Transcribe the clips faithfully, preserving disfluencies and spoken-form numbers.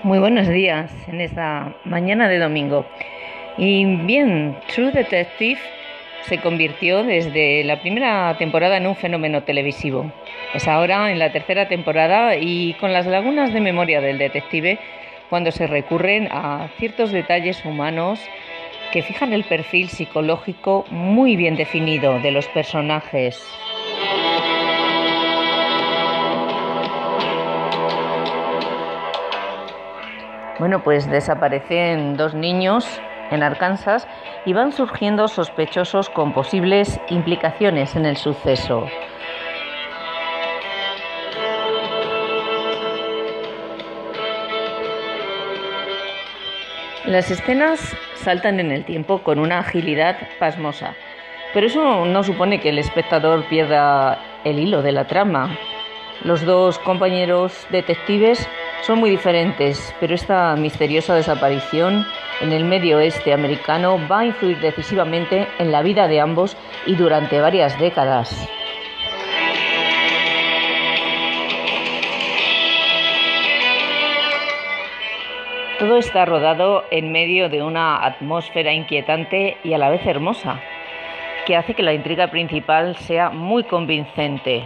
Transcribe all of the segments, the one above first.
Muy buenos días en esta mañana de domingo. Y bien, True Detective se convirtió desde la primera temporada en un fenómeno televisivo. Es ahora en la tercera temporada y con las lagunas de memoria del detective cuando se recurren a ciertos detalles humanos que fijan el perfil psicológico muy bien definido de los personajes. Bueno, pues desaparecen dos niños en Arkansas y van surgiendo sospechosos con posibles implicaciones en el suceso. Las escenas saltan en el tiempo con una agilidad pasmosa, pero eso no supone que el espectador pierda el hilo de la trama. Los dos compañeros detectives son muy diferentes, pero esta misteriosa desaparición en el medio oeste americano va a influir decisivamente en la vida de ambos y durante varias décadas. Todo está rodado en medio de una atmósfera inquietante y a la vez hermosa, que hace que la intriga principal sea muy convincente.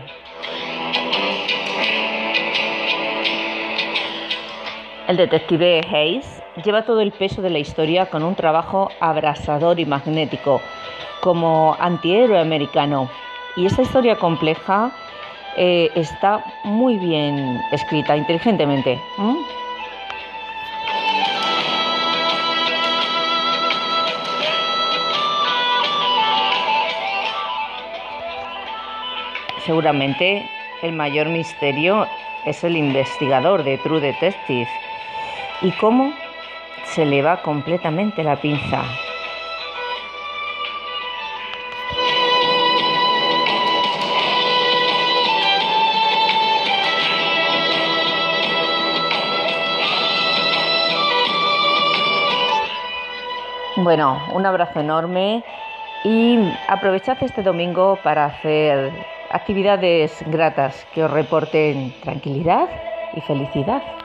El detective Hayes lleva todo el peso de la historia con un trabajo abrasador y magnético como antihéroe americano. Y esta historia compleja eh, está muy bien escrita, inteligentemente. ¿Mm? Seguramente el mayor misterio es el investigador de True Detective y cómo se le va completamente la pinza. Bueno, un abrazo enorme y aprovechad este domingo para hacer actividades gratas que os reporten tranquilidad y felicidad.